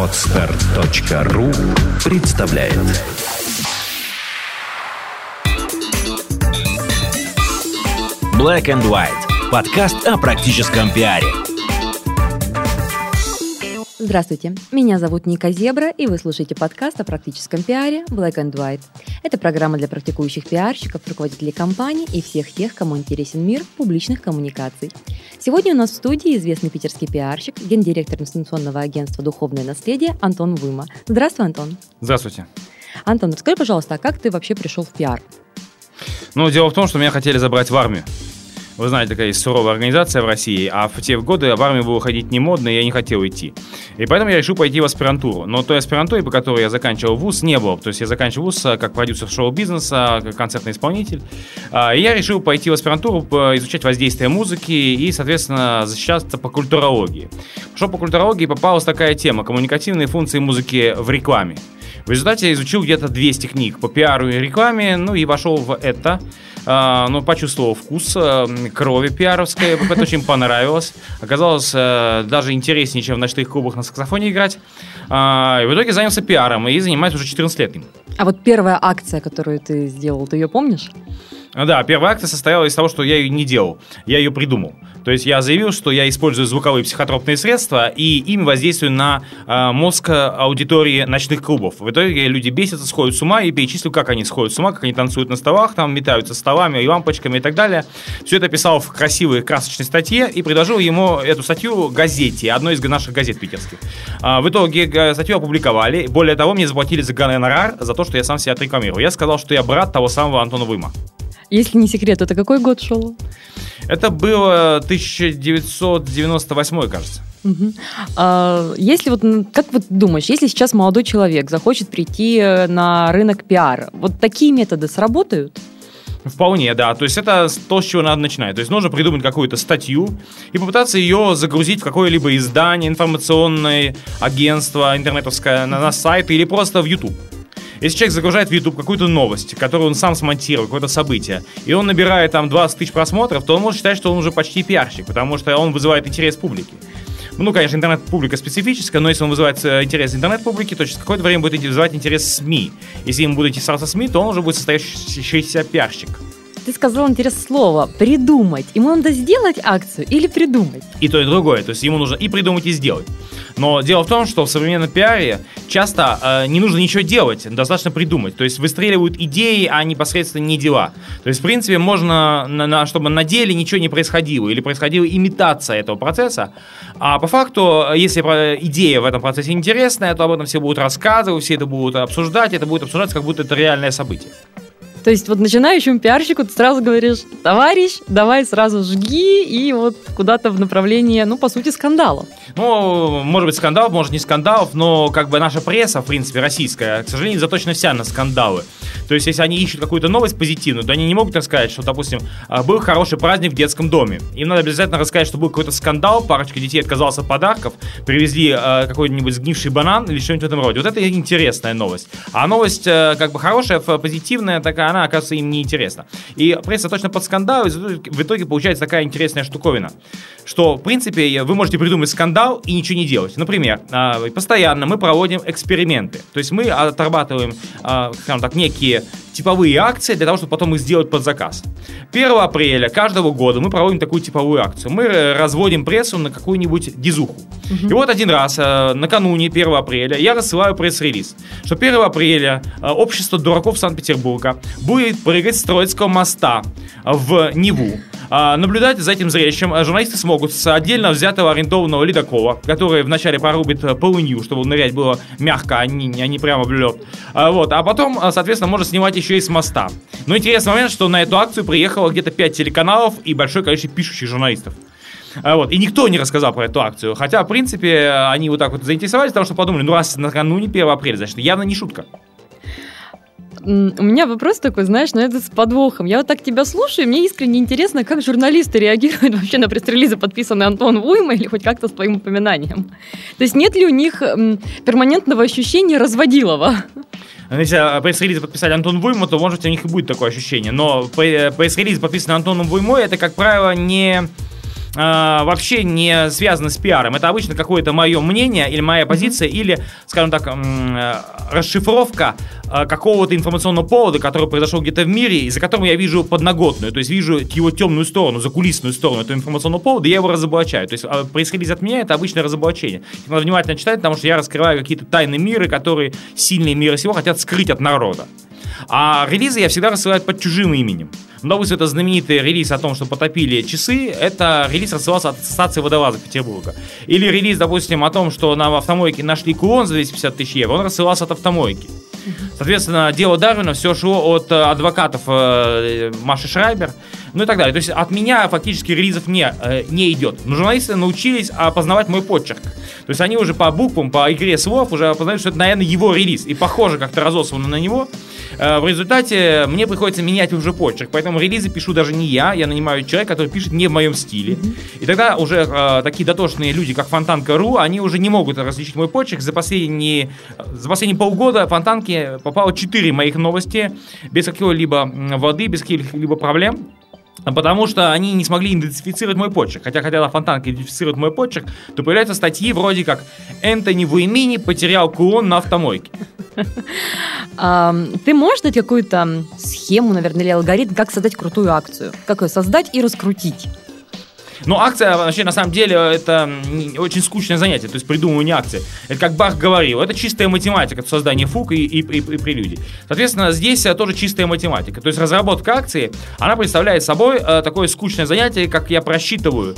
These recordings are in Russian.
Podster.ru представляет. Black and White. Подкаст о практическом пиаре. Здравствуйте, меня зовут Ника Зебра, и вы слушаете подкаст о практическом пиаре Black and White. Это программа для практикующих пиарщиков, руководителей компаний и всех тех, кому интересен мир публичных коммуникаций. Сегодня у нас в студии известный питерский пиарщик, гендиректор информационного агентства «Духовное наследие» Антон Выма. Здравствуй, Антон. Здравствуйте. Антон, расскажи, пожалуйста, а как ты вообще пришел в пиар? Дело в том, что меня хотели забрать в армию. Вы знаете, такая есть суровая организация в России, а в те годы в армию было ходить не модно, и я не хотел идти. И поэтому я решил пойти в аспирантуру. Но той аспирантуры, по которой я заканчивал вуз, не было. То есть я заканчивал вуз как продюсер шоу-бизнеса, как концертный исполнитель. И я решил пойти в аспирантуру, изучать воздействие музыки и, соответственно, защищаться по культурологии. Пошел по культурологии, и попалась такая тема – коммуникативные функции музыки в рекламе. В результате изучил где-то 200 книг по пиару и рекламе, и вошел в это. Почувствовал вкус крови пиаровской, это очень понравилось. Оказалось даже интереснее, чем в ночных клубах на саксофоне играть. И в итоге занялся пиаром и занимаюсь уже 14 лет им. А вот первая акция, которую ты сделал, ты ее помнишь? Да, первая акция состояла из того, что я ее не делал, я ее придумал. То есть я заявил, что я использую звуковые психотропные средства и ими воздействую на мозг аудитории ночных клубов. В итоге люди бесятся, сходят с ума, и перечислил, как они сходят с ума, как они танцуют на столах, там метаются столами и лампочками и так далее. Все это писал в красивой красочной статье и предложил ему эту статью газете, одной из наших газет питерских. В итоге статью опубликовали. Более того, мне заплатили за гонорар за то, что я сам себя отрекламировал. Я сказал, что я брат того самого Антона Выма. Если не секрет, это какой год шел? Это было 1998, кажется. Угу. Как думаешь, если сейчас молодой человек захочет прийти на рынок пиара, вот такие методы сработают? Вполне, да. То есть это то, с чего надо начинать. То есть нужно придумать какую-то статью и попытаться ее загрузить в какое-либо издание, информационное агентство, интернетовское, на сайт или просто в YouTube. Если человек загружает в YouTube какую-то новость, которую он сам смонтировал, какое-то событие, и он набирает там 20 тысяч просмотров, то он может считать, что он уже почти пиарщик, потому что он вызывает интерес публики. Конечно, интернет-публика специфическая, но если он вызывает интерес интернет-публики, то через какое-то время будет вызывать интерес СМИ. Если ему будет интересоваться СМИ, то он уже будет состоящийся пиарщик. Ты сказал интересное слово «придумать». Ему надо сделать акцию или придумать? И то, и другое. То есть ему нужно и придумать, и сделать. Но дело в том, что в современном пиаре часто не нужно ничего делать, достаточно придумать. То есть выстреливают идеи, а непосредственно не дела. То есть, в принципе, можно, чтобы на деле ничего не происходило, или происходила имитация этого процесса. А по факту, если идея в этом процессе интересная, то об этом все будут рассказывать, все это будут обсуждать, это будет обсуждаться, как будто это реальное событие. То есть начинающему пиарщику ты сразу говоришь: товарищ, давай сразу жги и куда-то в направлении, по сути, скандалов. Может быть, скандалов, может, не скандалов, но наша пресса, в принципе, российская, к сожалению, заточена вся на скандалы. То есть, если они ищут какую-то новость позитивную, то они не могут рассказать, что, допустим, был хороший праздник в детском доме. Им надо обязательно рассказать, что был какой-то скандал, парочка детей отказалась от подарков, привезли какой-нибудь сгнивший банан или что-нибудь в этом роде. Вот это интересная новость. А новость, хорошая, позитивная, такая, она, оказывается, им неинтересна. И пресса точно под скандал, и в итоге получается такая интересная штуковина, что, в принципе, вы можете придумать скандал и ничего не делать. Например, постоянно мы проводим эксперименты. То есть мы отрабатываем, некие типовые акции для того, чтобы потом их сделать под заказ. 1 апреля каждого года мы проводим такую типовую акцию. Мы разводим прессу на какую-нибудь дизуху. И один раз, накануне 1 апреля, я рассылаю пресс-релиз, что 1 апреля общество дураков Санкт-Петербурга будет прыгать с Троицкого моста в Неву. Наблюдать за этим зрелищем журналисты смогут с отдельно взятого арендованного ледокола, который вначале прорубит полынью, чтобы нырять было мягко, а не прямо в лед. А потом, соответственно, можно снимать еще и с моста. Но интересный момент, что на эту акцию приехало где-то 5 телеканалов и большое количество пишущих журналистов. И никто не рассказал про эту акцию. Хотя, в принципе, они заинтересовались, потому что подумали, раз накануне 1 апреля, значит, явно не шутка. У меня вопрос такой, это с подвохом. Я так тебя слушаю, и мне искренне интересно, как журналисты реагируют вообще на пресс-релизы, подписанные Антон Выма, или хоть как-то с твоим упоминанием. То есть нет ли у них перманентного ощущения разводилова? Если пресс-релизы подписали Антон Выма, то, может быть, у них и будет такое ощущение. Но пресс-релиз, подписанный Антоном Вымой, это, как правило, не вообще не связаны с пиаром. Это обычно какое-то мое мнение или моя позиция, или, скажем так, расшифровка какого-то информационного повода, который произошел где-то в мире, и за которым я вижу подноготную, то есть вижу его темную сторону, закулисную сторону этого информационного повода, и я его разоблачаю. То есть пресс-релиз от меня — это обычное разоблачение. Надо внимательно читать, потому что я раскрываю какие-то тайны мира, которые сильные мира сего хотят скрыть от народа. А релизы я всегда рассылаю под чужим именем. Ну, допустим, это знаменитый релиз о том, что потопили часы. Это релиз рассылался от Ассоциации водолазов Петербурга. Или релиз, допустим, о том, что на автомойке нашли кулон за 250 тысяч евро. Он рассылался от автомойки. Соответственно, дело Дарвина все шло от адвокатов Маши Шрайбер, ну и так далее. То есть от меня фактически релизов не идет. Но журналисты научились опознавать мой почерк. То есть они уже по буквам, по игре слов уже опознают, что это, наверное, его релиз. И похоже как-то разослано на него. В результате мне приходится менять уже почерк. Поэтому релизы пишу даже не я нанимаю человека, который пишет не в моем стиле. И тогда уже такие дотошные люди, как Фонтанка.ру, они уже не могут различить мой почерк. За последние полгода Фонтанке попало 4 моих новости без какой-либо воды, без каких-либо проблем. Потому что они не смогли идентифицировать мой почерк. Хотя Фонтанка идентифицирует мой почерк, то появляются статьи вроде как «Энтони Вуймини потерял кулон на автомойке». Ты можешь дать какую-то схему, наверное, или алгоритм, как создать крутую акцию? Как ее создать и раскрутить? Но акция, вообще, на самом деле, это очень скучное занятие, то есть придумывание акции. Это, как Бах говорил, это чистая математика, создание фуг и прелюдий. Соответственно, здесь тоже чистая математика. То есть разработка акции, она представляет собой такое скучное занятие, как я просчитываю,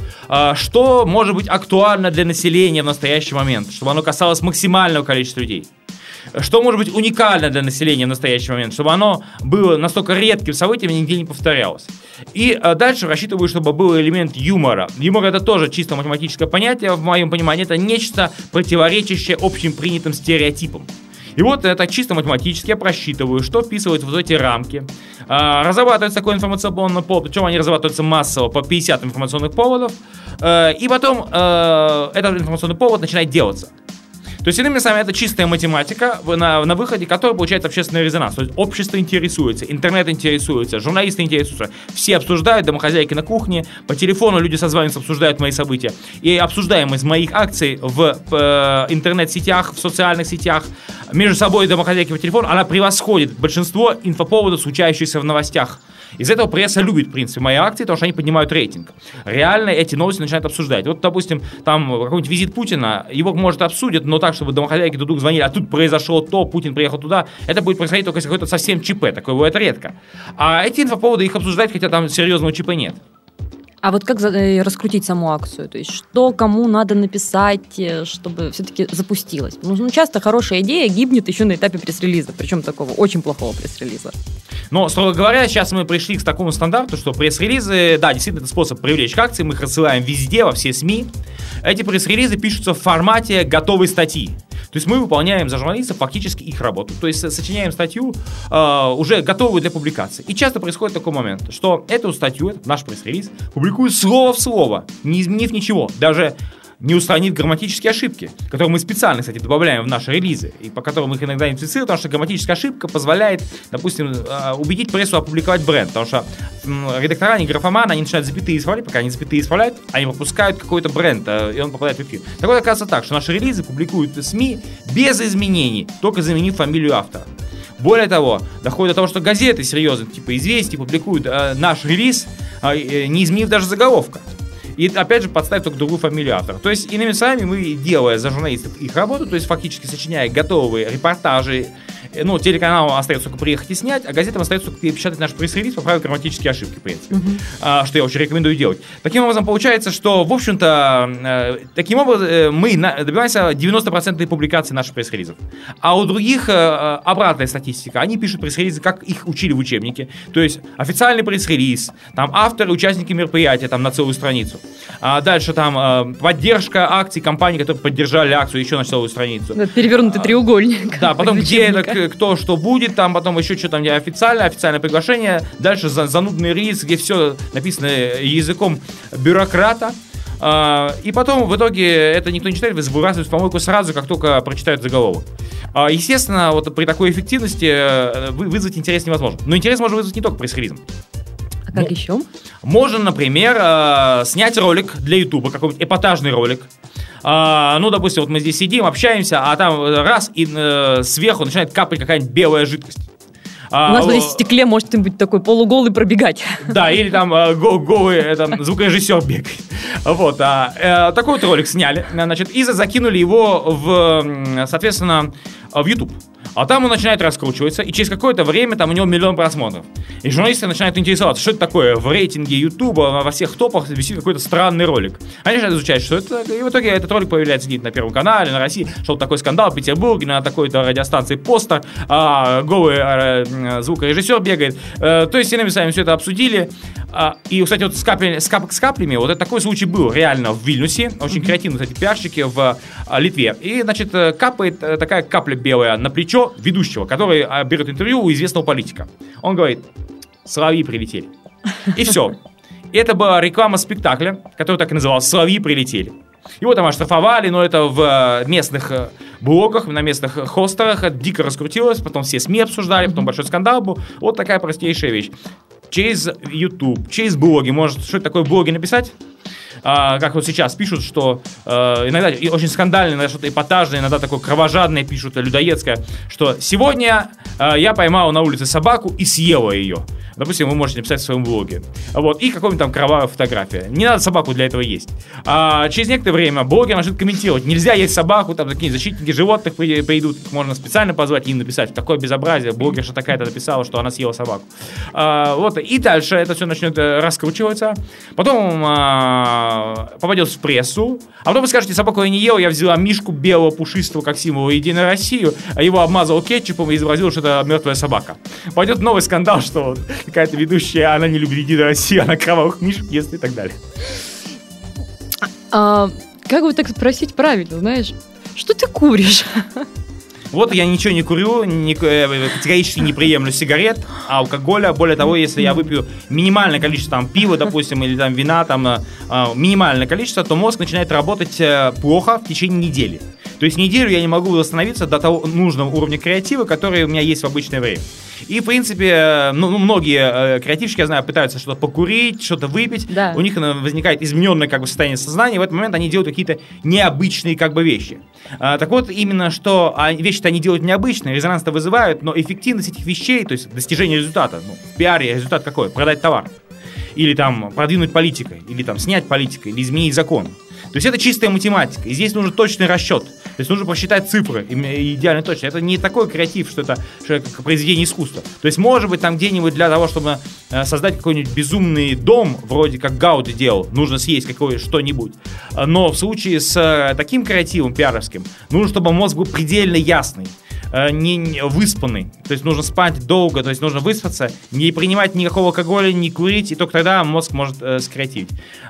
что может быть актуально для населения в настоящий момент, чтобы оно касалось максимального количества людей. Что может быть уникально для населения в настоящий момент, чтобы оно было настолько редким событием и нигде не повторялось. И дальше рассчитываю, чтобы был элемент юмора. Юмор — это тоже чисто математическое понятие, в моем понимании. Это нечто противоречащее общим принятым стереотипам. И вот это чисто математически я просчитываю, что вписывают в эти рамки. Разрабатывается такой информационный повод, причем они разрабатываются массово по 50 информационных поводов. И потом этот информационный повод начинает делаться. То есть, иными словами, это чистая математика, на выходе которой получается общественный резонанс. То есть общество интересуется, интернет интересуется, журналисты интересуются, все обсуждают, домохозяйки на кухне, по телефону люди созваниваются, обсуждают мои события. И обсуждаемость моих акций в интернет-сетях, в социальных сетях, между собой домохозяйки по телефону, она превосходит большинство инфоповодов, случающихся в новостях. Из-за этого пресса любит, в принципе, мои акции, потому что они поднимают рейтинг. Реально эти новости начинают обсуждать. Вот, допустим, там какой-нибудь визит Путина, его, может, обсудят, но так, чтобы домохозяйки друг звонили, а тут произошло то, Путин приехал туда. Это будет происходить только если какой-то совсем ЧП, такое бывает редко. А эти инфоповоды их обсуждать, хотя там серьезного ЧП нет. А вот как раскрутить саму акцию? То есть что кому надо написать, чтобы все-таки запустилось? Потому что часто хорошая идея гибнет еще на этапе пресс-релиза, причем такого очень плохого пресс-релиза. Но, строго говоря, сейчас мы пришли к такому стандарту, что пресс-релизы, да, действительно, это способ привлечь к акции, мы их рассылаем везде, во все СМИ. Эти пресс-релизы пишутся в формате готовой статьи. То есть мы выполняем за журналистов фактически их работу. То есть сочиняем статью, уже готовую для публикации. И часто происходит такой момент, что эту статью, этот наш пресс-релиз, публикуют слово в слово, не изменив ничего. Даже не устранив грамматические ошибки, которые мы специально, кстати, добавляем в наши релизы, и по которым их иногда идентифицируют, потому что грамматическая ошибка позволяет, допустим, убедить прессу опубликовать бренд, потому что редактора, они графоманы, они начинают запятые исправлять, пока они запятые исправляют, они пропускают какой-то бренд, и он попадает в эфир. Так вот, оказывается так, что наши релизы публикуют в СМИ без изменений, только заменив фамилию автора. Более того, доходит до того, что газеты серьезные, типа «Известия», публикуют наш релиз, не изменив даже заголовка. И опять же подставить только другую фамилию автора. То есть, иными словами, мы, делая за журналистов их работу, то есть фактически сочиняя готовые репортажи, ну, телеканалу остается только приехать и снять, а газетам остается только перепечатать наш пресс-релиз, поправить грамматические ошибки, в принципе. Что я очень рекомендую делать. Таким образом, получается, что, в общем-то, таким образом мы добиваемся 90% публикации наших пресс-релизов. А у других обратная статистика. Они пишут пресс-релизы, как их учили в учебнике. То есть официальный пресс-релиз, там авторы, участники мероприятия там, на целую страницу. А дальше там поддержка акций компаний, которые поддержали акцию еще на целую страницу. Перевернутый треугольник. Да, потом где это, кто что будет, там потом еще что-то где официальное приглашение. Дальше занудный релиз, где все написано языком бюрократа. И потом в итоге это никто не читает, выбрасывают в помойку сразу, как только прочитают заголовок. Естественно, вот при такой эффективности вызвать интерес невозможно. Но интерес можно вызвать не только пресс-релизом. Как еще? Можно, например, снять ролик для Ютуба, какой-нибудь эпатажный ролик. Ну, допустим, вот мы здесь сидим, общаемся, а там раз, и сверху начинает капать какая-нибудь белая жидкость. У нас здесь в стекле может быть такой полуголый пробегать. Да, или там голый звукорежиссер бегает. Вот, такой вот ролик сняли, значит, и закинули его соответственно, в YouTube. А там он начинает раскручиваться, и через какое-то время там у него 1 миллион просмотров. И журналисты начинают интересоваться, что это такое. В рейтинге Ютуба во всех топах висит какой-то странный ролик. Они начинают изучать, что это, и в итоге этот ролик появляется где-то на Первом канале, на России, что такой скандал в Петербурге, на такой-то радиостанции «Постер», голый звукорежиссер бегает. То есть, иными словами, все это обсудили. И, кстати, вот с каплями, вот это такой случай был реально в Вильнюсе. Очень креативные, кстати, пиарщики в Литве. И, значит, капает такая капля белая на плечо ведущего, который берет интервью у известного политика. Он говорит: «Соловьи прилетели». И все. Это была реклама спектакля, который так и назывался «Соловьи прилетели». Его там оштрафовали, но это в местных блогах, на местных хостерах дико раскрутилось, потом все СМИ обсуждали, потом большой скандал был. Вот такая простейшая вещь. Через YouTube, через блоги, может, что это такое блоги написать? Как вот сейчас пишут, что иногда очень скандально, иногда что-то эпатажное, иногда такое кровожадное пишут, людоедское, что сегодня я поймал на улице собаку и съела ее. Допустим, вы можете написать в своем блоге. Вот, и какой-нибудь там кровавая фотография. Не надо собаку для этого есть. Через некоторое время блогер начнет комментировать: нельзя есть собаку, там такие защитники животных придут, можно специально позвать и им написать: такое безобразие, блогерша такая-то написала, что она съела собаку. Вот, и дальше это все начнет раскручиваться. Потом попадет в прессу, а потом вы скажете: собаку я не ел, я взяла мишку белого пушистого, как символ Единой России, его обмазал кетчупом и изобразил, что это мертвая собака. Пойдет новый скандал, что какая-то ведущая, она не любит Единую Россию, она кровавых мишек ест и так далее. Как бы так спросить правильно, знаешь? Что ты куришь? Вот я ничего не курю, категорически не приемлю сигарет, алкоголя. Более того, если я выпью минимальное количество там пива, допустим, или там вина, там минимальное количество, то мозг начинает работать плохо в течение недели. То есть неделю я не могу восстановиться до того нужного уровня креатива, который у меня есть в обычное время. И, в принципе, многие креативщики, я знаю, пытаются что-то покурить, что-то выпить. Да. У них возникает измененное состояние сознания, и в этот момент они делают какие-то необычные вещи. Так вот, именно что вещи-то они делают необычные, резонанс-то вызывают, но эффективность этих вещей, то есть достижение результата, в пиаре результат какой? Продать товар. Или там продвинуть политикой, или там снять политикой, или изменить закон. То есть это чистая математика, и здесь нужен точный расчет. То есть нужно посчитать цифры идеально точно. Это не такой креатив, что это как произведение искусства. То есть, может быть, там где-нибудь для того, чтобы создать какой-нибудь безумный дом, вроде как Гауди делал, нужно съесть что-нибудь. Но в случае с таким креативом пиаровским, нужно, чтобы мозг был предельно ясный, не выспанный. То есть нужно спать долго, то есть нужно выспаться, не принимать никакого алкоголя, не курить, и только тогда мозг может скреативить.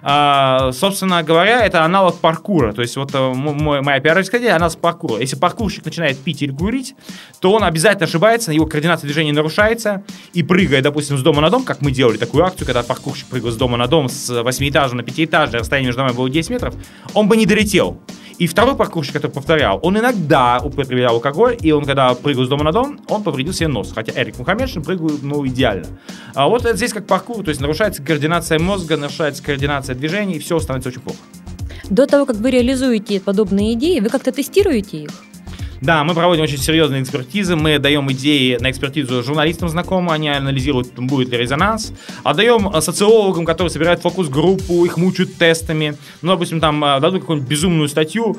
Собственно говоря, это аналог паркура. То есть вот моя пиаровская идея, она с паркура. Если паркурщик начинает пить или курить, то он обязательно ошибается, его координация движения нарушается, и прыгая, допустим, с дома на дом, как мы делали такую акцию, когда паркурщик прыгал с дома на дом с 8-этажа на 5-этажное, расстояние между нами было 10 метров, он бы не долетел. И второй паркурщик, который повторял, он иногда употреблял алкоголь, и он, когда прыгал с дома на дом, он повредил себе нос. Хотя Эрик Мухаммедшин прыгал, идеально. А вот это здесь как паркур, то есть нарушается координация мозга, нарушается координация движений, и все становится очень плохо. До того, как вы реализуете подобные идеи, вы как-то тестируете их? Да, мы проводим очень серьезные экспертизы, мы даем идеи на экспертизу журналистам знакомым, они анализируют, будет ли резонанс, отдаем социологам, которые собирают фокус-группу, их мучают тестами, допустим, там дадут какую-нибудь безумную статью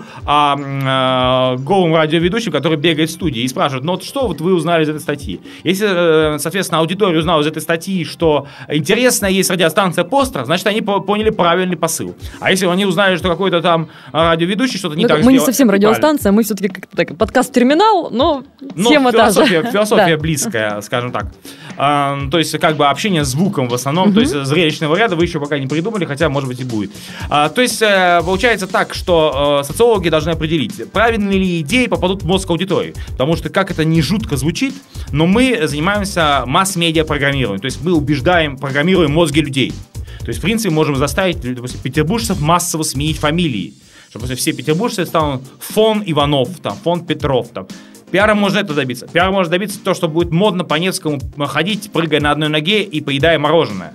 о голом радиоведущем, который бегает в студии и спрашивают: что вы узнали из этой статьи? Если, соответственно, аудитория узнала из этой статьи, что интересная есть радиостанция «Постер», значит, они поняли правильный посыл. А если они узнали, что какой-то там радиоведущий что-то не так сделал... Мы не совсем радиостанция, мы все-таки как-то так... Подкаст-терминал, но тема та же. Философия близкая, скажем так. То есть, общение с звуком в основном. То есть, зрелищного ряда вы еще пока не придумали, хотя, может быть, и будет. То есть, получается так, что социологи должны определить, правильные ли идеи попадут в мозг аудитории. Потому что, как это не жутко звучит, но мы занимаемся масс-медиа программированием. То есть, мы программируем мозги людей. То есть, в принципе, можем заставить, допустим, петербуржцев массово сменить фамилии. Чтобы все петербуржцы станут фон Иванов, фон Петров. Пиаром можно это добиться. Пиаром можно добиться то, что будет модно по Невскому ходить, прыгая на одной ноге и поедая мороженое.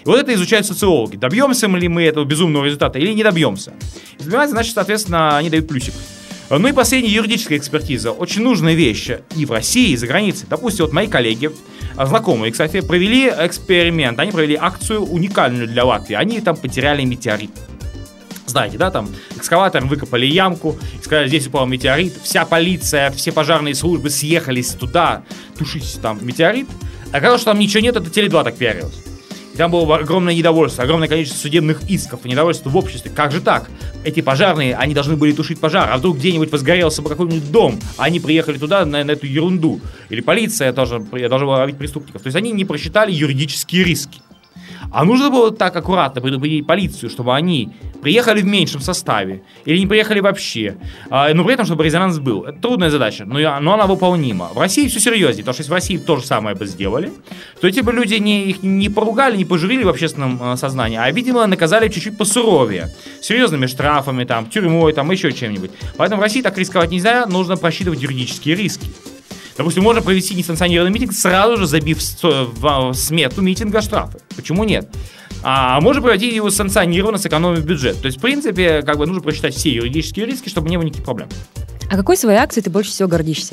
И вот это изучают социологи. Добьемся ли мы этого безумного результата или не добьемся? И добиваются, значит, соответственно, они дают плюсик. Ну и последняя юридическая экспертиза. Очень нужная вещь и в России, и за границей. Допустим, вот мои коллеги, знакомые, кстати, провели эксперимент. Они провели акцию уникальную для Латвии. Они там потеряли метеорит. Знаете, да, там экскаватором выкопали ямку, сказали, здесь упал метеорит. Вся полиция, все пожарные службы съехались туда тушить там метеорит. Оказалось, что там ничего нет, это Теле2 так пиарилось. И там было огромное недовольство, огромное количество судебных исков и недовольство в обществе. Как же так? Эти пожарные, они должны были тушить пожар, а вдруг где-нибудь возгорелся бы какой-нибудь дом, а они приехали туда на эту ерунду. Или полиция должна была ловить преступников. То есть они не просчитали юридические риски. А нужно было так аккуратно предупредить полицию, чтобы они приехали в меньшем составе или не приехали вообще, но при этом, чтобы резонанс был. Это трудная задача, но она выполнима. В России все серьезнее, потому что если в России то же самое бы сделали, то эти бы люди их не поругали, не пожурили в общественном сознании, а, видимо, наказали чуть-чуть посуровее. Серьезными штрафами, там, тюрьмой, там, еще чем-нибудь. Поэтому в России так рисковать нельзя, нужно просчитывать юридические риски. Допустим, можно провести несанкционированный митинг, сразу же забив в смету митинга штрафы. Почему нет? А можно проводить его санкционированно, сэкономив бюджет. То есть, в принципе, как бы нужно просчитать все юридические риски, чтобы не было никаких проблем. А какой своей акцией ты больше всего гордишься?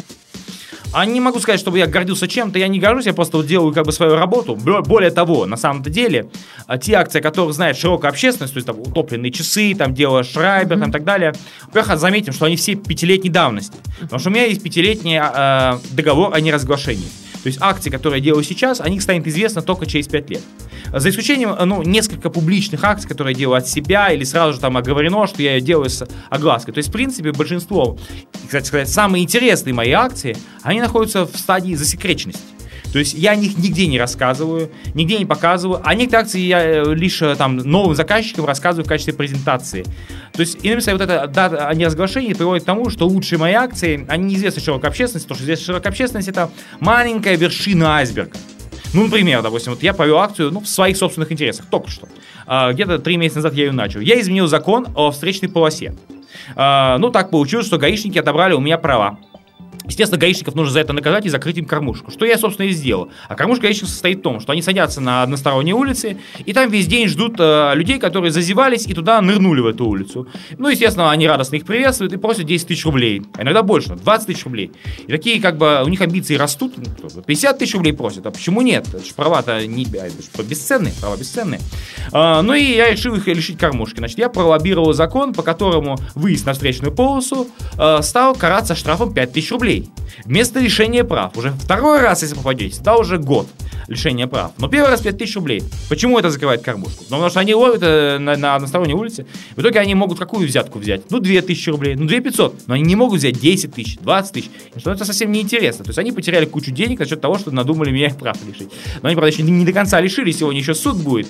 А не могу сказать, чтобы я гордился чем-то, я не горжусь, я просто вот делаю как бы свою работу. Более того, на самом-то деле, те акции, которые знает широкая общественность, то есть там утопленные часы, там дело Шрайбер, там, и так далее, во-первых, заметим, что они все 5-летней давности. Потому что у меня есть 5-летний договор о неразглашении. То есть акции, которые я делаю сейчас, о них станет известно только через 5 лет. За исключением, несколько публичных акций, которые я делаю от себя, или сразу же там оговорено, что я ее делаю с оглаской. То есть, в принципе, большинство, кстати сказать, самые интересные мои акции, они находятся в стадии засекреченности. То есть я о них нигде не рассказываю, нигде не показываю, а некоторые акции я лишь там новым заказчикам рассказываю в качестве презентации. То есть, иными словами, вот эта дата о неразглашении приводит к тому, что лучшие мои акции, они неизвестны широкой общественности, потому что здесь широкая общественность — это маленькая вершина айсберга. Ну, например, допустим, вот я провел акцию в своих собственных интересах, только что. Где-то 3 месяца назад я ее начал. Я изменил закон о встречной полосе. Так получилось, что гаишники отобрали у меня права. Естественно, гаишников нужно за это наказать и закрыть им кормушку. Что я, собственно, и сделал. А кормушка гаишников состоит в том, что они садятся на односторонней улице, и там весь день ждут людей, которые зазевались и туда нырнули в эту улицу. Естественно, они радостно их приветствуют и просят 10 тысяч рублей. А иногда больше, 20 тысяч рублей. И такие, как бы, у них амбиции растут. 50 тысяч рублей просят. А почему нет? Это же права-то не бесценные, права бесценные. И я решил их лишить кормушки. Значит, я пролоббировал закон, по которому выезд на встречную полосу стал караться штрафом 5 тысяч рублей. Вместо лишения прав. Уже второй раз, если попадете, да, уже год лишения прав. Но первый раз 5 тысяч рублей. Почему это закрывает кормушку? Потому что они ловят на односторонней улице. В итоге они могут какую взятку взять? 2 тысячи рублей, 2 500. Но они не могут взять 10 тысяч, 20 тысяч. Что это совсем неинтересно. То есть они потеряли кучу денег за счет того, что надумали меня их прав лишить. Но они, правда, еще не до конца лишили. Сегодня еще суд будет.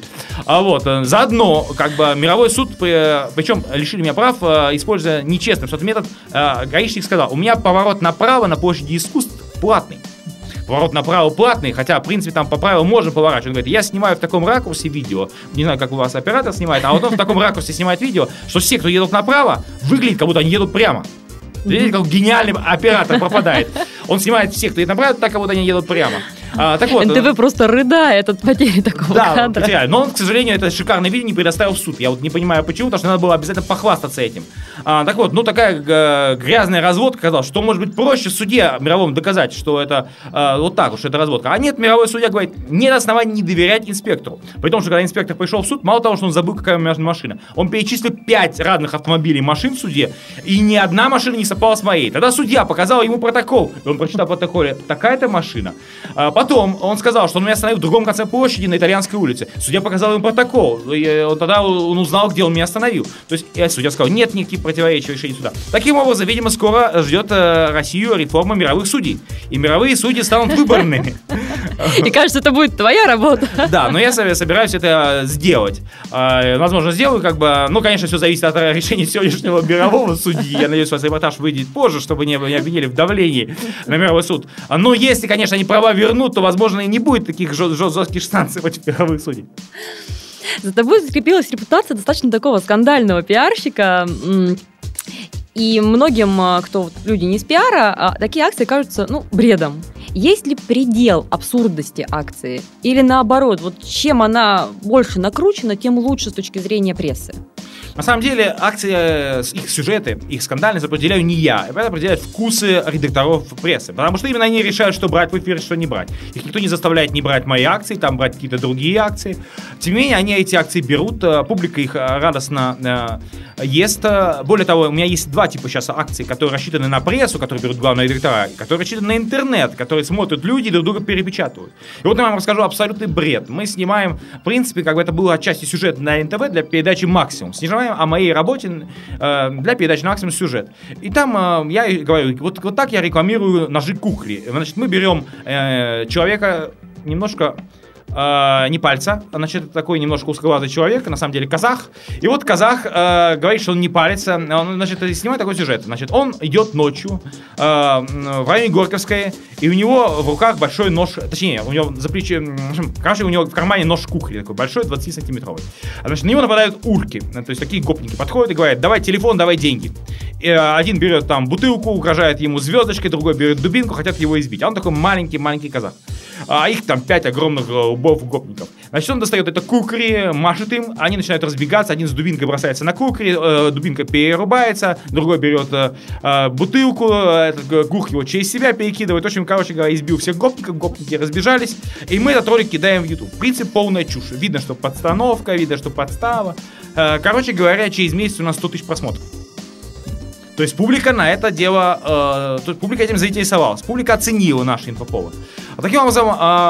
Заодно, как бы, мировой суд, причем лишили меня прав, используя нечестный что-то метод. Гаишник сказал: у меня поворот направо на площади искусств платный. Поворот направо платный, хотя, в принципе, там по правилам можно поворачивать. Он говорит: я снимаю в таком ракурсе видео, не знаю, как у вас оператор снимает, а вот он в таком ракурсе снимает видео, что все, кто едут направо, выглядит, как будто они едут прямо. Видите, как гениальный оператор попадает. Он снимает всех, кто едет направо, так, как будто они едут прямо. Так вот, НТВ просто рыдает от потери такого кадра. Потеряю. Но он, к сожалению, это шикарное видео не предоставил в суд. Я вот не понимаю, почему, потому что надо было обязательно похвастаться этим. Так вот, такая грязная разводка, казалось, что может быть проще в суде мировом доказать, что это вот так уж, что это разводка. А нет, мировой судья говорит: нет оснований не доверять инспектору. При том, что когда инспектор пришел в суд, мало того, что он забыл, какая у меня машина, он перечислил 5 разных автомобилей, машин в суде, и ни одна машина не совпала с моей. Тогда судья показал ему протокол, и он прочитал в протоколе: такая-то машина. Потом он сказал, что он меня остановил в другом конце площади на Итальянской улице. Судья показал ему протокол, и тогда он узнал, где он меня остановил. То есть судья сказал: нет никаких противоречий в решении суда. Таким образом, видимо, скоро ждет Россию реформа мировых судей. И мировые судьи станут выборными. И кажется, это будет твоя работа. Да, но я собираюсь это сделать. Возможно, сделаю, как бы. Конечно, все зависит от решения сегодняшнего мирового судьи. Я надеюсь, у вас репортаж выйдет позже, чтобы не обвинили в давлении на мировой суд. Но если, конечно, они права вернут, то, возможно, и не будет таких жестких санкций против мировых судей. За тобой закрепилась репутация достаточно такого скандального пиарщика. И многим, кто люди не из пиара, такие акции кажутся, бредом. есть ли предел абсурдности акции? Или наоборот, вот чем она больше накручена, тем лучше с точки зрения прессы? На самом деле, акции, их сюжеты, их скандальность определяю не я. Это определяют вкусы редакторов прессы. Потому что именно они решают, что брать в эфир, что не брать. Их никто не заставляет не брать мои акции, там брать какие-то другие акции. Тем не менее, они эти акции берут, публика их радостно ест. Более того, у меня есть два типа сейчас акций, которые рассчитаны на прессу, которые берут главные редактора, которые рассчитаны на интернет, которые смотрят люди и друг друга перепечатывают. И вот я вам расскажу абсолютный бред. Мы снимаем, в принципе, как бы это было отчасти сюжет на НТВ для передачи «Максимум». Снимаем о моей работе для передачи «Максимум» сюжет. И там я говорю, вот так я рекламирую ножи кухни. Значит, мы берем человека немножко... не пальца, значит, такой немножко узкоглазый человек, на самом деле казах. И вот казах говорит, что он не палится. Он, значит, снимает такой сюжет. Значит, он идет ночью в районе Горьковской, и у него в руках большой нож, точнее, у него за плечи, короче, у него в кармане нож кухни такой большой, 20-сантиметровый. Значит, на него нападают урки, то есть такие гопники подходят и говорят: давай телефон, давай деньги. И один берет там бутылку, угрожает ему звездочкой, другой берет дубинку, хотят его избить. А он такой маленький казах. А их там 5 огромных гопников. Значит, он достает это кукри, машет им, они начинают разбегаться, один с дубинкой бросается на кукри, дубинка перерубается, другой берет бутылку, гух его через себя перекидывает. В общем, короче говоря, избил всех гопников, гопники разбежались, и мы этот ролик кидаем в YouTube. В принципе, полная чушь. Видно, что подстановка, видно, что подстава. Короче говоря, через месяц у нас 100 тысяч просмотров. То есть публика на это дело, публика этим заинтересовалась, публика оценила наш инфоповод. Таким образом,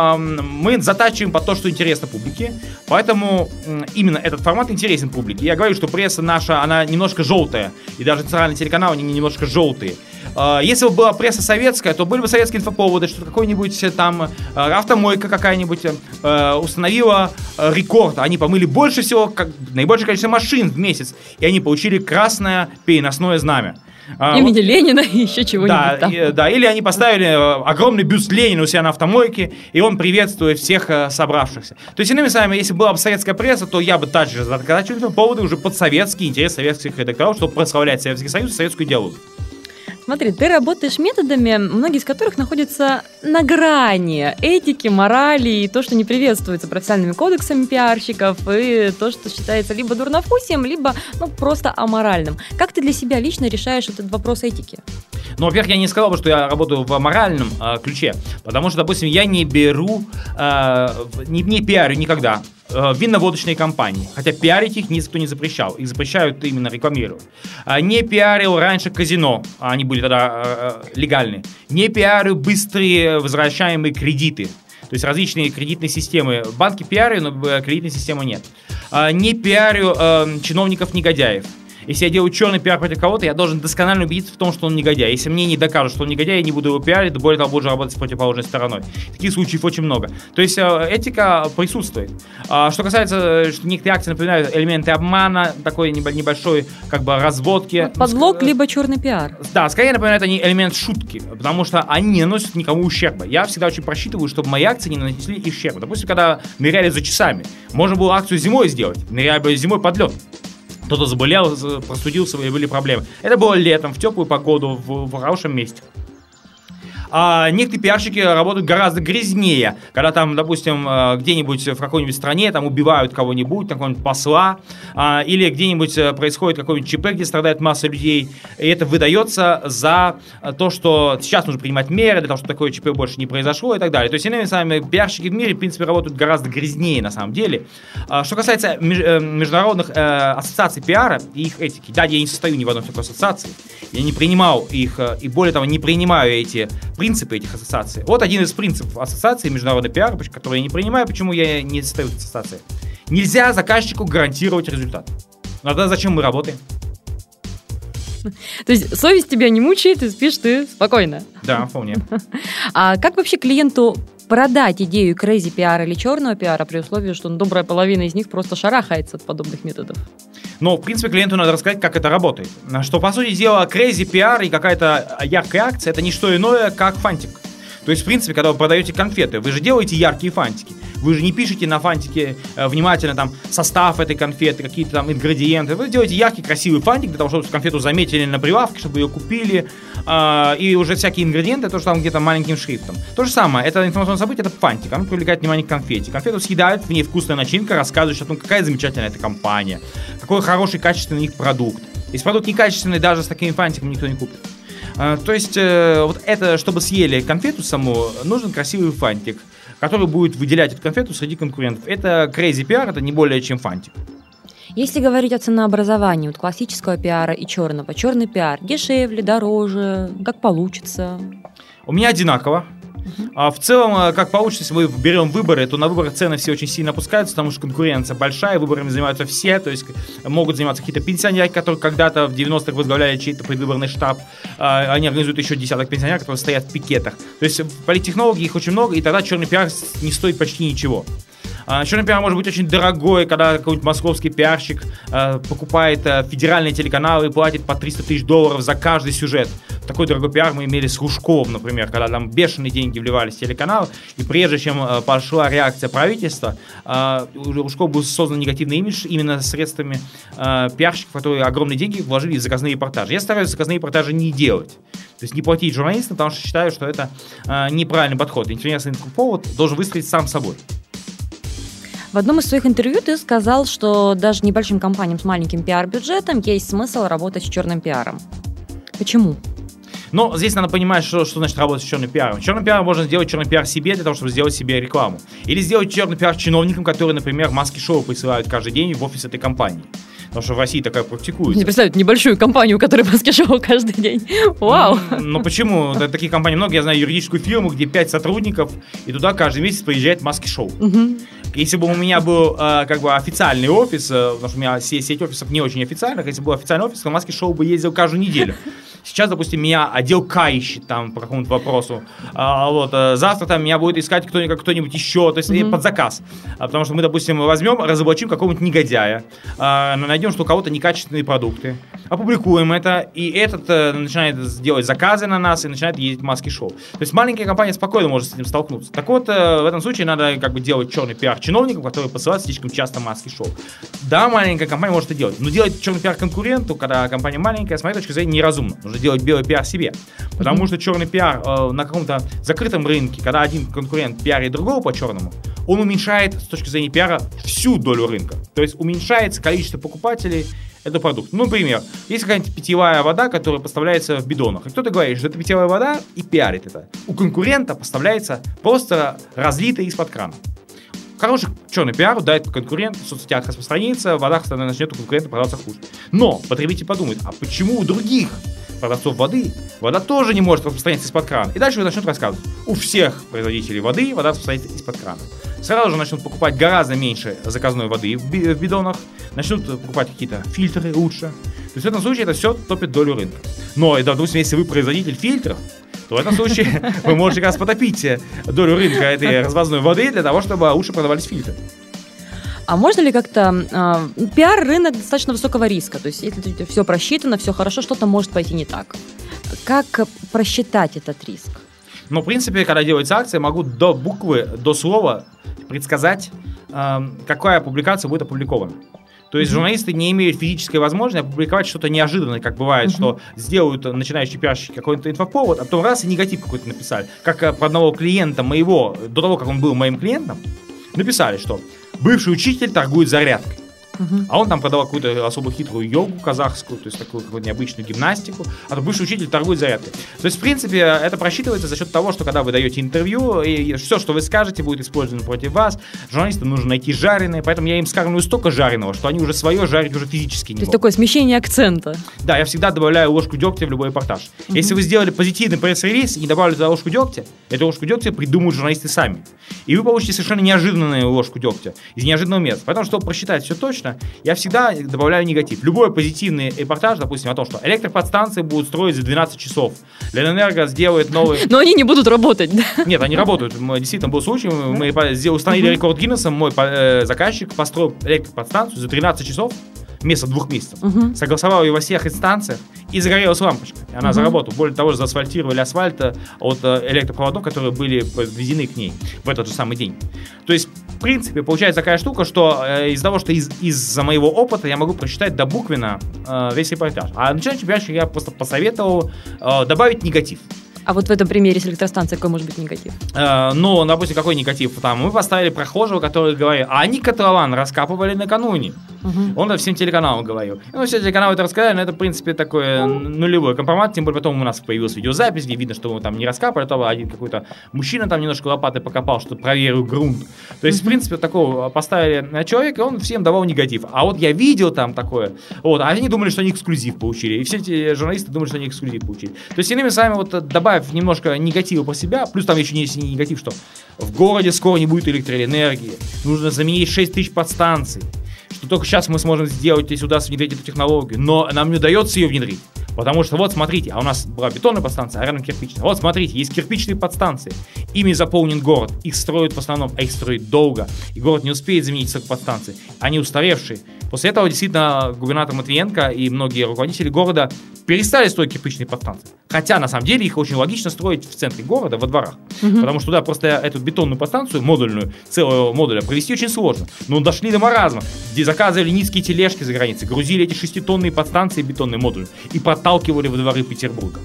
мы затачиваем под то, что интересно публике, поэтому именно этот формат интересен публике. Я говорю, что пресса наша, она немножко желтая, и даже национальные телеканалы, они немножко желтые. Если бы была пресса советская, то были бы советские инфоповоды, что какой-нибудь там автомойка какая-нибудь установила рекорд. Они помыли больше всего, наибольшее количество машин в месяц, и они получили красное переносное знамя. Имени Ленина и еще чего-нибудь там. Да, или они поставили огромный бюст Ленина у себя на автомойке, и он приветствует всех собравшихся. То есть, иными словами, если была бы советская пресса, то я бы также затачивал поводы уже под советский интерес советских редакторов, чтобы прославлять Советский Союз и советскую идеологию. Смотри, ты работаешь методами, многие из которых находятся на грани этики, морали и то, что не приветствуется профессиональными кодексами пиарщиков, и то, что считается либо дурновкусием, либо просто аморальным. Как ты для себя лично решаешь этот вопрос этики? Ну, во-первых, я не сказал бы, что я работаю в моральном ключе, потому что, допустим, я не беру, не пиарю никогда винно-водочные компании, хотя пиарить их никто не запрещал, их запрещают именно рекламировать. Не пиарил раньше казино, они были тогда легальны. Не пиарю быстрые возвращаемые кредиты, то есть различные кредитные системы. Банки пиарю, но кредитной системы нет. Не пиарю чиновников-негодяев. Если я делаю черный пиар против кого-то, я должен досконально убедиться в том, что он негодяй. Если мне не докажут, что он негодяй, я не буду его пиарить, более того, буду работать с противоположной стороной. Таких случаев очень много. То есть этика присутствует. Что касается, что некоторые акции напоминают элементы обмана, такой небольшой как бы разводки. Подлог, либо черный пиар. Да, скорее напоминают они элемент шутки, потому что они не наносят никому ущерба. Я всегда очень просчитываю, чтобы мои акции не нанесли ущерба. Допустим, когда ныряли за часами, можно было акцию зимой сделать, ныряли бы зимой под лед. Кто-то заболел, простудился, или были проблемы. Это было летом, в теплую погоду, в хорошем месте. А некоторые пиарщики работают гораздо грязнее, когда там, допустим, где-нибудь в какой-нибудь стране там убивают кого-нибудь, какого-нибудь посла, или где-нибудь происходит какой-нибудь ЧП, где страдает масса людей, и это выдается за то, что сейчас нужно принимать меры для того, чтобы такое ЧП больше не произошло и так далее. То есть, иными словами, пиарщики в мире, в принципе, работают гораздо грязнее на самом деле. Что касается международных ассоциаций пиара и их этики, да, я не состою ни в одной такой ассоциации, я не принимал их, и более того, не принимаю эти принципы этих ассоциаций. Вот один из принципов ассоциации международный пиар, который я не принимаю, почему я не состою в ассоциации. Нельзя заказчику гарантировать результат. Но тогда зачем мы работаем? То есть совесть тебя не мучает, и спишь ты спокойно. Да, вполне. А как вообще клиенту продать идею crazy пиара или черного пиара при условии, что добрая половина из них просто шарахается от подобных методов? Но, в принципе, клиенту надо рассказать, как это работает. Что, по сути дела, crazy пиар и какая-то яркая акция – это не что иное, как фантик. То есть, в принципе, когда вы продаете конфеты, вы же делаете яркие фантики. Вы же не пишете на фантике внимательно там состав этой конфеты, какие-то там ингредиенты. Вы делаете яркий, красивый фантик для того, чтобы конфету заметили на прилавке, чтобы ее купили. и уже всякие ингредиенты, то, что там где-то маленьким шрифтом. То же самое, это информационное событие, это фантик, оно привлекает внимание к конфете. Конфету съедают, в ней вкусная начинка, рассказывающая о том, какая замечательная эта компания, какой хороший, качественный их продукт. Если продукт некачественный, даже с таким фантиком никто не купит. То есть, вот это, чтобы съели конфету саму, нужен красивый фантик, который будет выделять эту конфету среди конкурентов. Это crazy PR, это не более чем фантик. Если говорить о ценообразовании вот классического пиара и черного, черный пиар дешевле, дороже, как получится? У меня одинаково. В целом, как получится, если мы берем выборы, то на выборах цены все очень сильно опускаются, потому что конкуренция большая, выборами занимаются все, то есть могут заниматься какие-то пенсионеры, которые когда-то в 90-х возглавляли чей-то предвыборный штаб, они организуют еще десяток пенсионеров, которые стоят в пикетах. То есть политтехнологи, их очень много, и тогда черный пиар не стоит почти ничего. Черный пиар может быть очень дорогой, когда какой-нибудь московский пиарщик покупает федеральные телеканалы и платит по $300 тысяч за каждый сюжет. Такой дорогой пиар мы имели с Ружковым, например, когда там бешеные деньги вливались в телеканал, и прежде чем пошла реакция правительства, у Ружкова был создан негативный имидж именно средствами пиарщиков, которые огромные деньги вложили в заказные репортажи. Я стараюсь заказные репортажи не делать, то есть не платить журналистам, потому что считаю, что это неправильный подход. Интересный повод должен выстроить сам собой. В одном из своих интервью ты сказал, что даже небольшим компаниям с маленьким пиар-бюджетом есть смысл работать с черным пиаром. Почему? Но здесь надо понимать, что значит работать с черным пиаром. Черным пиаром можно сделать черный пиар себе для того, чтобы сделать себе рекламу. Или сделать черный пиар чиновникам, которые, например, маски-шоу присылают каждый день в офис этой компании. Потому что в России такая практикуется. Не представляют небольшую компанию, у которой маски-шоу каждый день. Вау! Ну почему? Таких компаний много. Я знаю юридическую фирму, где 5 сотрудников, и туда каждый месяц приезжает маски-шоу. Если бы у меня был как бы официальный офис, потому что у меня сеть офисов не очень официальных, если бы был официальный офис, то маски-шоу бы ездил каждую неделю. Сейчас, допустим, меня отдел К ищет там по какому-то вопросу. Завтра там меня будет искать кто-нибудь еще, то есть под заказ. Потому что мы, допустим, возьмем, разоблачим какого-нибудь негодяя, найдем, что у кого-то некачественные продукты, опубликуем это, и этот начинает делать заказы на нас и начинает ездить в маски-шоу. То есть маленькая компания спокойно может с этим столкнуться. Так вот, в этом случае надо как бы делать черный пиар чиновникам, которые посылают слишком часто маски-шоу. Да, маленькая компания может это делать, но делать черный пиар конкуренту, когда компания маленькая, с моей точки зрения, неразумно. Нужно делать белый пиар себе. Потому что черный пиар на каком-то закрытом рынке, когда один конкурент пиарит другого по черному, он уменьшает с точки зрения пиара всю долю рынка. То есть уменьшается количество покупателей этого продукта. Ну, например, есть какая-нибудь питьевая вода, которая поставляется в бидонах. И кто-то говорит, что это питьевая вода, и пиарит это. У конкурента поставляется просто разлитая из-под крана. Хороший черный пиар дает конкурент, в соцсетях распространится, вода начнет у конкурента продаваться хуже. Но потребитель подумает, а почему у других продавцов воды вода тоже не может распространяться из-под крана? И дальше начнут рассказывать. У всех производителей воды вода распространяется из-под крана. Сразу же начнут покупать гораздо меньше заказной воды в бидонах, начнут покупать какие-то фильтры лучше. То есть в этом случае это все топит долю рынка. Но, допустим, если вы производитель фильтров, то в этом случае вы можете как раз потопить долю рынка этой развозной воды для того, чтобы лучше продавались фильтры. А можно ли как-то... пиар-рынок достаточно высокого риска, то есть если все просчитано, все хорошо, что-то может пойти не так. Как просчитать этот риск? Ну, в принципе, когда делается акция, могу до буквы, до слова предсказать, какая публикация будет опубликована. То есть журналисты не имеют физической возможности опубликовать что-то неожиданное, как бывает, что сделают начинающие пиарщики какой-то инфоповод, а потом раз и негатив какой-то написали. Как про одного клиента моего, до того, как он был моим клиентом, написали, что бывший учитель торгует зарядкой. А он там продавал какую-то особо хитрую йогу казахскую, то есть такую какую-то необычную гимнастику, а то бывший учитель торгует зарядкой. То есть, в принципе, это просчитывается за счет того, что когда вы даете интервью, и все, что вы скажете, будет использовано против вас, журналистам нужно найти жареное, поэтому я им скармливаю столько жареного, что они уже свое жарить уже физически не могут. То есть такое смещение акцента. Да, я всегда добавляю ложку дегтя в любой репортаж. Если вы сделали позитивный пресс-релиз и не добавили туда ложку дегтя, эту ложку дегтя придумают журналисты сами. И вы получите совершенно неожиданную ложку дегтя из неожиданного места. Поэтому, чтобы просчитать все точно, я всегда добавляю негатив. Любой позитивный репортаж, допустим, о том, что электроподстанции будут строить за 12 часов, Ленэнерго сделает новый... Но они не будут работать, да? Нет, они работают. Действительно, был случай, мы установили рекорд Гиннесса, мой заказчик построил электроподстанцию за 13 часов, вместо 2 месяцев. Согласовал ее во всех инстанциях, и загорелась лампочка. И она заработала. Более того, заасфальтировали асфальт от электропроводов, которые были подведены к ней в этот же самый день. То есть принципе, получается такая штука, что из-за того, что из-за моего опыта я могу прочитать добуквенно весь репортаж. А начинающим пиарщикам я просто посоветовал добавить негатив. А вот в этом примере с электростанцией какой может быть негатив? Ну, допустим, какой негатив? Там мы поставили прохожего, который говорил, а они котлован раскапывали накануне. Он это всем телеканалам говорил. Ну, все телеканалы это рассказали, но это, в принципе, такой нулевой компромат. Тем более потом у нас появилась видеозапись, где видно, что мы там не раскапывали, то один какой-то мужчина там немножко лопатой покопал, что проверил грунт. То есть, в принципе, такого поставили человека, и он всем давал негатив. А вот я видел там такое, вот, а они думали, что они эксклюзив получили. И все эти журналисты думали, что они эксклюзив получили. То есть, иными словами, вот добавив немножко негатива по себя, плюс там еще есть негатив, что в городе скоро не будет электроэнергии, нужно заменить 6 тысяч подстанций, что только сейчас мы сможем сделать, если удастся внедрить эту технологию, но нам не удается ее внедрить, потому что вот смотрите, а у нас была бетонная подстанция, а рядом кирпичная, вот смотрите, есть кирпичные подстанции, ими заполнен город, их строят в основном, а их строят долго, и город не успеет заменить срок подстанции, они устаревшие. После этого действительно губернатор Матвиенко и многие руководители города перестали строить кирпичные подстанции. Хотя, на самом деле, их очень логично строить в центре города, во дворах. Потому что туда просто эту бетонную подстанцию, модульную, целого модуля, провести очень сложно. Но дошли до маразма, где заказывали низкие тележки за границей, грузили эти 6-тонные подстанции, бетонные модули, и проталкивали во дворы Петербурга.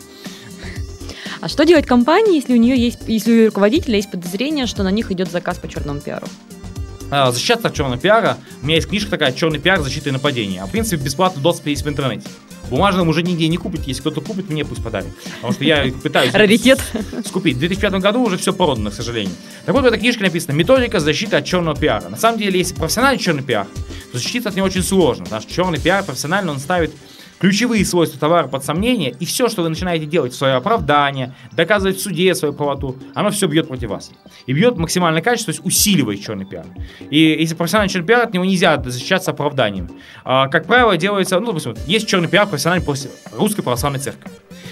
А что делать компании, если у ее руководителя есть подозрение, что на них идет заказ по черному пиару? Защищаться от черного пиара. У меня есть книжка такая «Черный пиар. Защита и нападение». А в принципе бесплатно доступ есть в интернете. Бумажным уже нигде не купить. Если кто-то купит, мне пусть подарит. Потому что я пытаюсь раритет скупить. В 2005 году уже все продано, к сожалению. Так вот, в этой книжке написано «Методика защиты от черного пиара». На самом деле, если профессиональный черный пиар, то защититься от него очень сложно. Потому что черный пиар профессионально, он ставит ключевые свойства товара под сомнение, и все, что вы начинаете делать в свое оправдание, доказывать в суде свою правоту, оно все бьет против вас. И бьет максимальное качество, то есть усиливает черный пиар. И если профессиональный черный пиар, от него нельзя защищаться оправданием. Как правило, делается, допустим, есть черный пиар профессиональный после Русской Православной Церкви.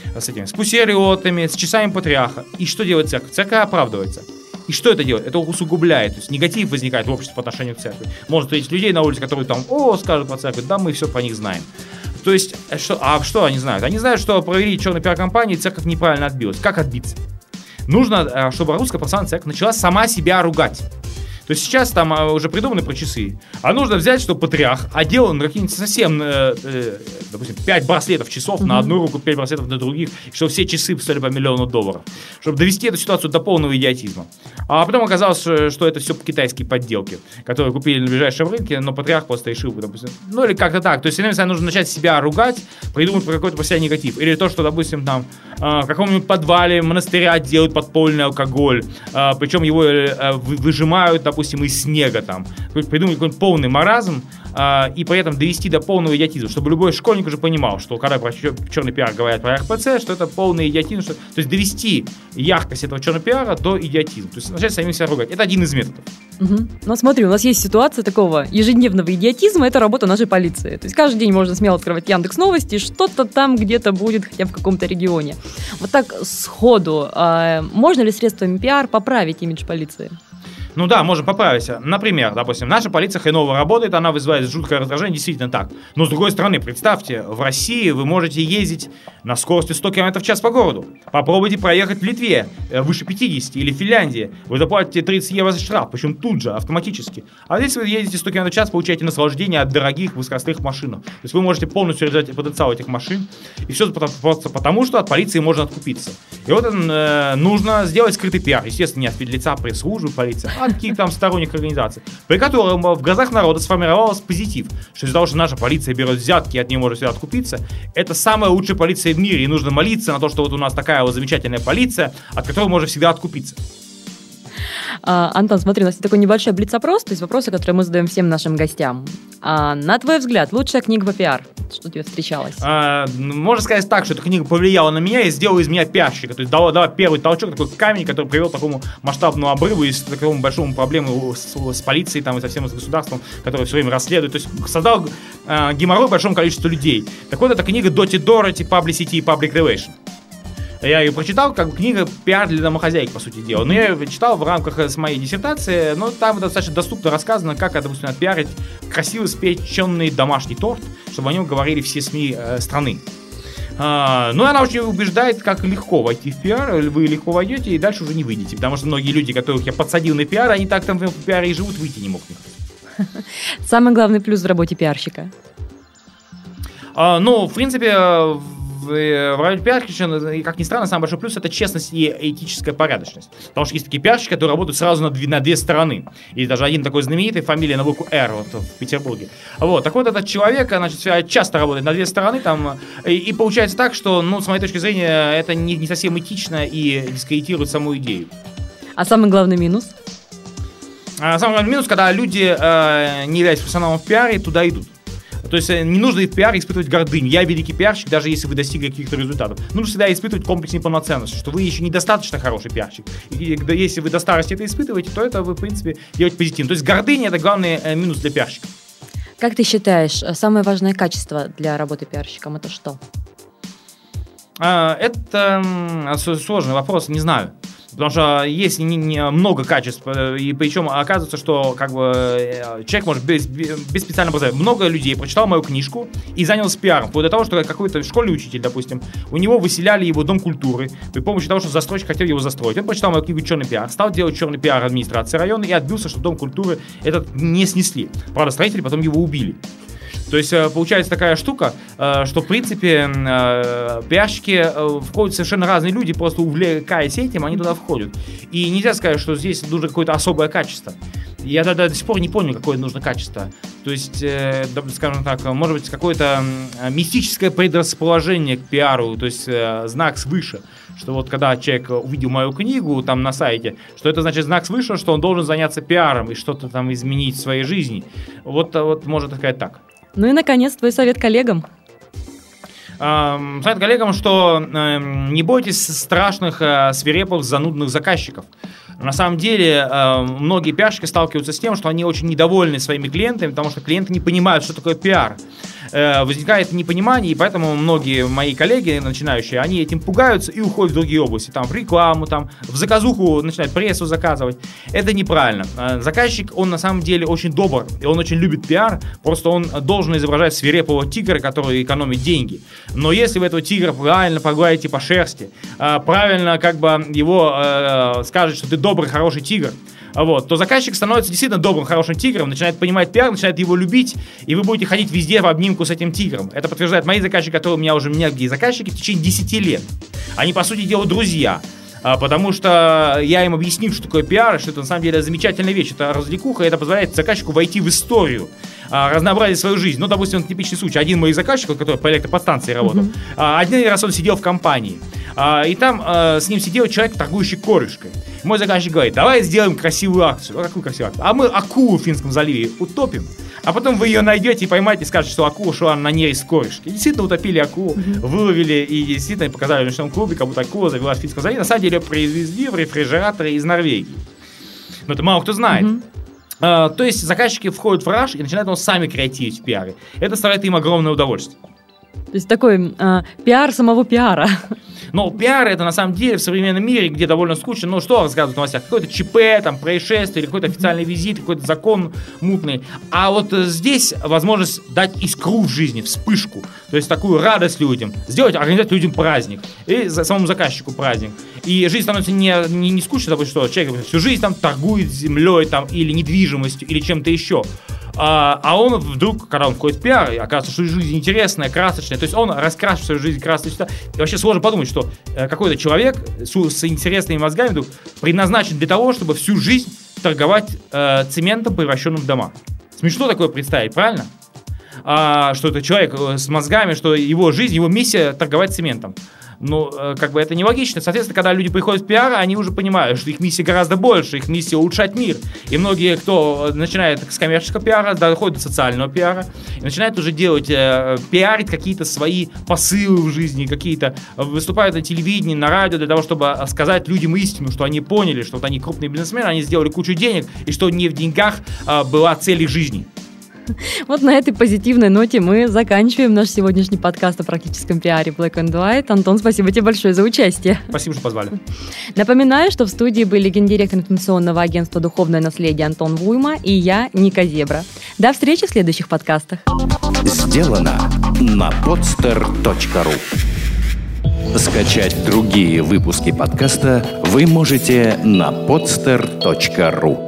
С пусериотами, с часами патриарха. И что делает церковь? Церковь оправдывается. И что это делает? Это усугубляет. То есть негатив возникает в обществе по отношению к церкви. Может встретить людей на улице, которые там, скажут про церковь, да, мы все про них знаем. То есть, что они знают? Они знают, что провели черный пиар компании, церковь неправильно отбилась. Как отбиться? Нужно, чтобы Русская Православная Церковь начала сама себя ругать. То есть сейчас там уже придуманы про часы. А нужно взять, чтобы патриарх одел какие-нибудь совсем, допустим, 5 браслетов часов на одну руку, 5 браслетов на других, чтобы все часы стоили по $1 миллион, чтобы довести эту ситуацию до полного идиотизма. А потом оказалось, что это все китайские подделки, которые купили на ближайшем рынке, но патриарх просто решил, допустим, или как-то так. То есть, иногда нужно начать себя ругать, придумать про какой-то про себя негатив. Или то, что, допустим, там в каком-нибудь подвале монастыря делают подпольный алкоголь, причем его выжимают, допустим, из снега там. Придумать какой-нибудь полный маразм, и при этом довести до полного идиотизма, чтобы любой школьник уже понимал, что когда про черный пиар говорят про РПЦ, что это полный идиотизм, то есть довести яркость этого черного пиара до идиотизма, то есть начать самим себя ругать. Это один из методов. Ну смотри, у нас есть ситуация такого ежедневного идиотизма, это работа нашей полиции. То есть каждый день можно смело открывать Яндекс.Новости, что-то там где-то будет, хотя бы в каком-то регионе. Вот так сходу, можно ли средствами пиар поправить имидж полиции? Ну да, можем поправить. Например, допустим, наша полиция хреново работает, она вызывает жуткое раздражение, действительно так. Но с другой стороны, представьте, в России вы можете ездить на скорости 100 км в час по городу. Попробуйте проехать в Литве выше 50 или в Финляндии. Вы заплатите 30 евро за штраф, причем тут же, автоматически. А здесь вы едете 100 км в час, получаете наслаждение от дорогих высокоскоростных машин. То есть вы можете полностью реализовать потенциал этих машин. И все просто потому, что от полиции можно откупиться. И вот нужно сделать скрытый пиар. Естественно, не от лица пресс-службы полиции, а от каких-то там сторонних организаций, при котором в глазах народа сформировался позитив, что из-за того, что наша полиция берет взятки и от нее может всегда откупиться, это самая лучшая полиция в мире, и нужно молиться на то, что вот у нас такая вот замечательная полиция, от которой можно всегда откупиться. Антон, смотри, у нас есть такой небольшой блиц-опрос, то есть вопросы, которые мы задаем всем нашим гостям. На твой взгляд, лучшая книга по пиар? Что тебе встречалось? Можно сказать так, что эта книга повлияла на меня и сделала из меня пиарщика. То есть дала первый толчок, такой камень, который привел к такому масштабному обрыву и к такому большому проблему с полицией там, и со всем с государством, которое все время расследует. То есть создал геморрой большому количеству людей. Так вот, эта книга Dirty Dorothy, Publicity и Public Relation. Я ее прочитал, как книга «Пиар для домохозяек», по сути дела. Но я ее читал в рамках моей диссертации, но там достаточно доступно рассказано, как, допустим, отпиарить красиво спеченный домашний торт, чтобы о нем говорили все СМИ страны. Ну, она очень убеждает, как легко войти в пиар, вы легко войдете и дальше уже не выйдете, потому что многие люди, которых я подсадил на пиар, они так там в пиаре и живут, выйти не могут. Самый главный плюс в работе пиарщика? Ну, в принципе, в работе пиарщика, как ни странно, самый большой плюс — это честность и этическая порядочность. Потому что есть такие пиарщики, которые работают сразу на две стороны. И даже один такой знаменитый, фамилия на букву «Р» вот, в Петербурге. Вот. Так вот, этот человек, значит, часто работает на две стороны, там, и получается так, что, ну, с моей точки зрения, это не совсем этично и дискредитирует саму идею. А самый главный минус? Самый главный минус, когда люди, не являясь профессионалом в пиаре, туда идут. То есть не нужно в пиаре испытывать гордыню. Я великий пиарщик, даже если вы достигли каких-то результатов. Нужно всегда испытывать комплекс неполноценности, что вы еще недостаточно хороший пиарщик. И если вы до старости это испытываете, то это вы, в принципе, делаете позитивно. То есть гордыня — это главный минус для пиарщика. Как ты считаешь, самое важное качество для работы пиарщиком — это что? Это сложный вопрос, не знаю. Потому что есть много качеств, и причем оказывается, что как бы человек может без специального образования. Много людей прочитал мою книжку и занялся пиаром. Вплоть до того, что какой-то школьный учитель, допустим, у него выселяли его дом культуры при помощи того, что застройщик хотел его застроить. Он прочитал мою книгу «Черный пиар», стал делать черный пиар администрации района и отбился, что дом культуры этот не снесли. Правда, строители потом его убили. То есть получается такая штука, что в принципе пиарщики входят совершенно разные люди, просто увлекаясь этим, они туда входят. И нельзя сказать, что здесь нужно какое-то особое качество. Я до сих пор не понял, какое нужно качество. То есть, скажем так, может быть, какое-то мистическое предрасположение к пиару, то есть знак свыше. Что вот когда человек увидел мою книгу там на сайте, что это значит знак свыше, что он должен заняться пиаром и что-то там изменить в своей жизни. Вот можно сказать так. Ну и, наконец, твой совет коллегам. Совет коллегам, что не бойтесь страшных, свирепых, занудных заказчиков. На самом деле, многие пиарщики сталкиваются с тем, что они очень недовольны своими клиентами, потому что клиенты не понимают, что такое пиар. Возникает непонимание, и поэтому многие мои коллеги, начинающие, они этим пугаются и уходят в другие области. Там в рекламу, там в заказуху начинают прессу заказывать. Это неправильно. Заказчик, он на самом деле очень добр, и он очень любит пиар, просто он должен изображать свирепого тигра, который экономит деньги. Но если вы этого тигра правильно погладите по шерсти, правильно как бы его скажете, что ты добрый, хороший тигр, вот, то заказчик становится действительно добрым, хорошим тигром, начинает понимать пиар, начинает его любить, и вы будете ходить везде в обнимку с этим тигром. Это подтверждают мои заказчики, которые у меня уже многие заказчики в течение 10 лет. Они, по сути дела, друзья. Потому что я им объяснил, что такое пиар, что это на самом деле замечательная вещь, это развлекуха, и это позволяет заказчику войти в историю, разнообразить свою жизнь. Ну, допустим, типичный случай. Один мой заказчик, который по электроподстанции работал, один раз он сидел в компании, и там с ним сидел человек, торгующий корешкой. Мой заказчик говорит: давай сделаем красивую акцию. Какую красивую акцию? А мы акулу в Финском заливе утопим, а потом вы ее найдете и поймаете, и скажете, что акула шла на ней с корешки. И действительно утопили акулу, выловили и действительно показали в ночном клубе, как будто акула завелась в Финском заливе. На самом деле ее привезли в рефрижераторе из Норвегии. Но это мало кто знает. То есть заказчики входят в раж и начинают сами креативить в пиаре. Это доставляет им огромное удовольствие. То есть такой пиар самого пиара. Но пиар — это на самом деле в современном мире, где довольно скучно, ну что рассказывают в новостях? Какое-то ЧП, там, происшествие, или какой-то официальный визит, какой-то закон мутный. А вот здесь возможность дать искру в жизни, вспышку, то есть такую радость людям, организовать людям праздник, и самому заказчику праздник. И жизнь становится не скучной, допустим, что человек всю жизнь там торгует землей там, или недвижимостью, или чем-то еще. А он вдруг, когда он входит в пиар, оказывается, что жизнь интересная, красочная, то есть он раскрасит свою жизнь красной цвета. И вообще сложно подумать, что какой-то человек с интересными мозгами вдруг предназначен для того, чтобы всю жизнь торговать цементом, превращенным в дома. Смешно такое представить, правильно? Что это человек с мозгами, что его жизнь, его миссия торговать цементом. Ну, как бы это нелогично. Соответственно, когда люди приходят в пиар, они уже понимают, что их миссия гораздо больше, их миссия улучшать мир. И многие, кто начинает с коммерческого пиара, доходит до социального пиара, и начинают уже делать, пиарить какие-то свои посылы в жизни, какие-то выступают на телевидении, на радио для того, чтобы сказать людям истину, что они поняли, что вот они крупные бизнесмены, они сделали кучу денег, и что не в деньгах была цель их жизни. Вот на этой позитивной ноте мы заканчиваем наш сегодняшний подкаст о практическом пиаре Black and White. Антон, спасибо тебе большое за участие. Спасибо, что позвали. Напоминаю, что в студии были гендиректор информационного агентства «Духовное наследие» Антон Вуйма и я, Ника Зебра. До встречи в следующих подкастах. Сделано на podster.ru. Скачать другие выпуски подкаста вы можете на podster.ru.